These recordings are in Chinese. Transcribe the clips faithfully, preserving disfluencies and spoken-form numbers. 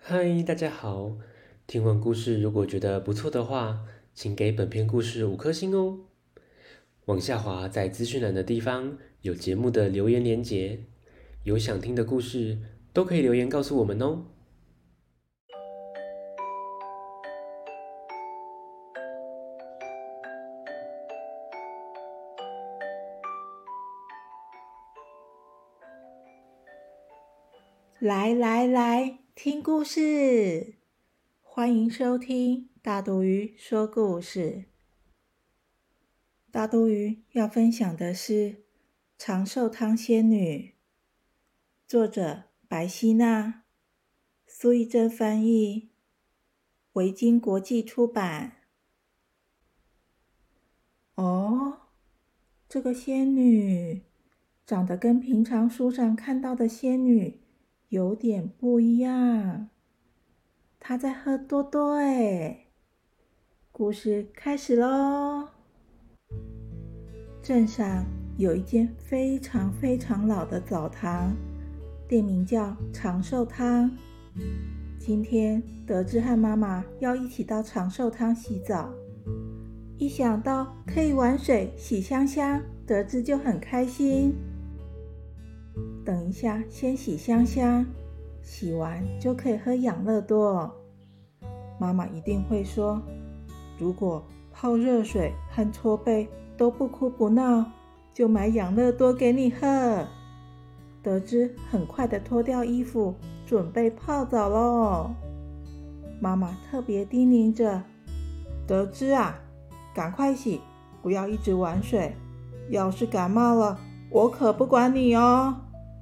嗨，大家好！听完故事，如果觉得不错的话，请给本篇故事五颗星哦。往下滑，在资讯栏的地方有节目的留言连结，有想听的故事都可以留言告诉我们哦。 来来来，听故事！欢迎收听大肚鱼说故事。大肚鱼要分享的是《长寿汤仙女》，作者白希娜，苏一珍翻译，维京国际出版。哦，这个仙女长得跟平常书上看到的仙女有点不一样。她在喝多多诶。故事开始咯。镇上有一间非常非常老的澡堂，店名叫长寿汤。今天德智和妈妈要一起到长寿汤洗澡，一想到可以玩水洗香香，德智就很开心。等一下先洗香香，洗完就可以喝养乐多。妈妈一定会说，如果泡热水和搓背都不哭不闹，就买养乐多给你喝。德智很快地脱掉衣服，准备泡澡咯。妈妈特别叮咛着，德智啊，赶快洗，不要一直玩水，要是感冒了，我可不管你哦。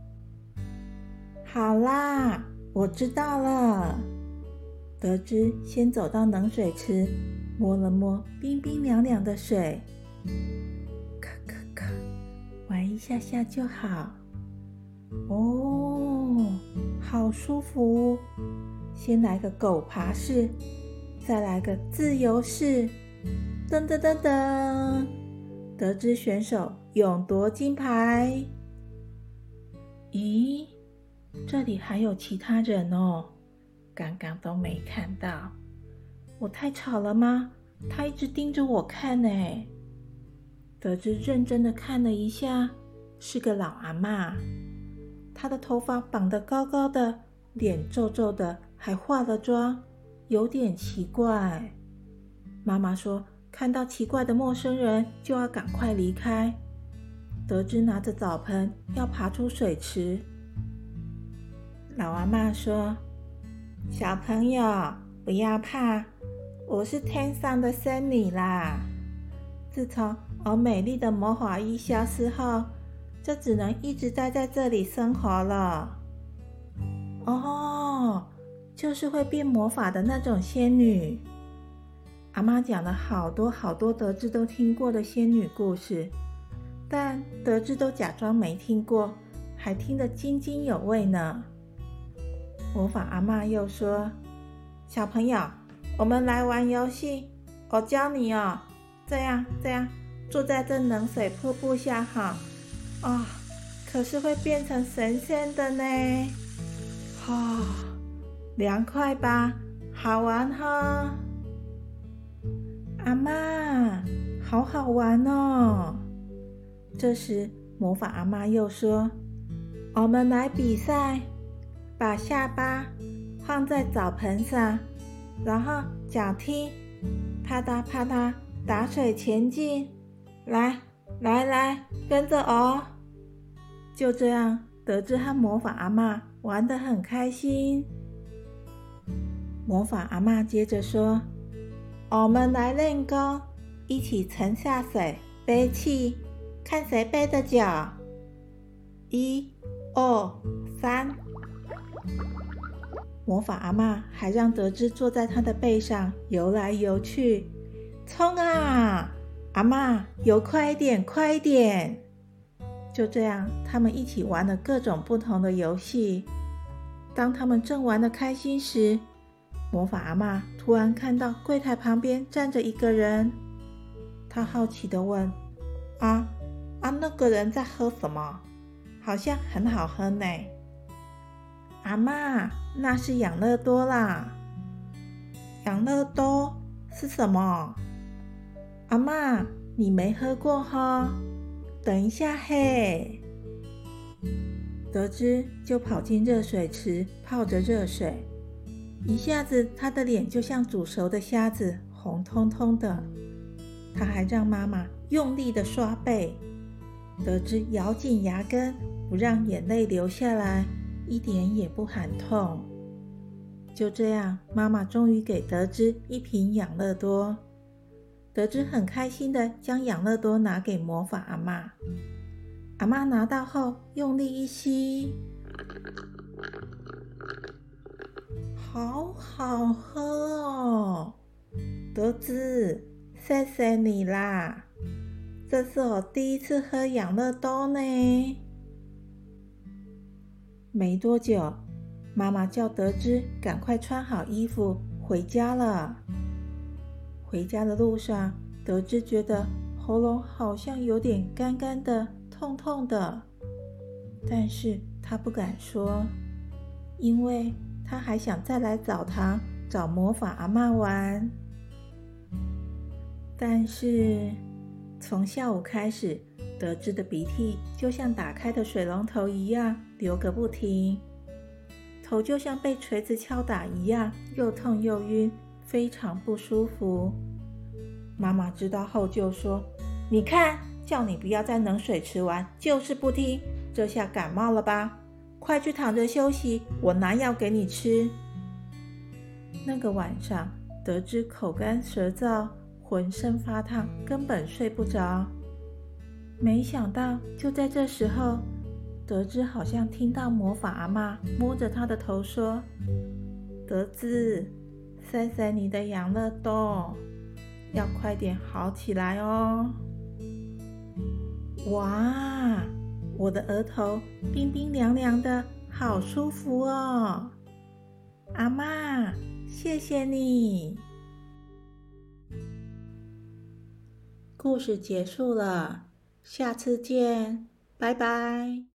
好啦，我知道了。德智先走到冷水池，摸了摸冰冰凉凉的水，咔咔咔，玩一下下就好。哦，好舒服。先来个狗爬式，再来个自由式，噔噔噔噔，德智选手勇夺金牌。咦，这里还有其他人哦，刚刚都没看到。我太吵了吗？他一直盯着我看呢。德智认真的看了一下，是个老阿嬷，她的头发绑得高高的，脸皱皱的，还化了妆，有点奇怪。妈妈说，看到奇怪的陌生人就要赶快离开。德智拿着澡盆要爬出水池。老阿嬷说，小朋友不要怕，我是天上的仙女啦。自从我美丽的魔法衣消失后，就只能一直待在这里生活了。哦，就是会变魔法的那种仙女。阿嬷讲了好多好多德智都听过的仙女故事，但德智都假装没听过，还听得津津有味呢。魔法阿嬷又说，小朋友，我们来玩游戏，我教你哦，这样这样，坐在这冷水瀑布下哈，哦，可是会变成神仙的呢。哦，凉快吧，好玩哈。阿嬷，好好玩哦。这时魔法阿嬷又说，我们来比赛，把下巴放在澡盆上，然后脚踢，啪嗒啪嗒打水前进，来来来，跟着我。就这样，德智和魔法阿嬷玩得很开心。魔法阿嬷接着说，我们来练功，一起沉下水背气，看谁背得久。一二三。魔法阿嬷还让德智坐在她的背上游来游去。冲啊，阿嬷，游快一点快一点。就这样，他们一起玩了各种不同的游戏。当他们正玩得开心时，魔法阿嬷突然看到柜台旁边站着一个人。她好奇地问，啊啊，那个人在喝什么？好像很好喝呢。 阿嬷，那是养乐多啦。养乐多是什么？阿嬷，你没喝过哈？等一下嘿。得知就跑进热水池泡着热水，一下子他的脸就像煮熟的虾子，红彤彤的。他还让妈妈用力的刷背，得知咬紧牙根不让眼泪流下来，一点也不喊痛。就这样，妈妈终于给得知一瓶养乐多。得知很开心的将养乐多拿给魔法阿嬷。阿嬷拿到后用力一吸，好好喝哦。得知，谢谢你啦，这是我第一次喝养乐多呢。没多久，妈妈叫得知赶快穿好衣服回家了。回家的路上，得知觉得喉咙好像有点干干的、痛痛的，但是他不敢说，因为他还想再来澡堂找魔法阿嬷玩。但是从下午开始，得知的鼻涕就像打开的水龙头一样流个不停，头就像被锤子敲打一样，又痛又晕，非常不舒服。妈妈知道后就说：你看，叫你不要在冷水池玩，就是不听，这下感冒了吧？快去躺着休息，我拿药给你吃。那个晚上，得知口干舌燥，浑身发烫，根本睡不着。没想到就在这时候，得知好像听到魔法阿嬷摸着他的头说：得知，谢谢你的养乐多，要快点好起来哦。哇，我的额头冰冰凉凉的，好舒服哦。阿嬷，谢谢你。故事结束了，下次见，拜拜。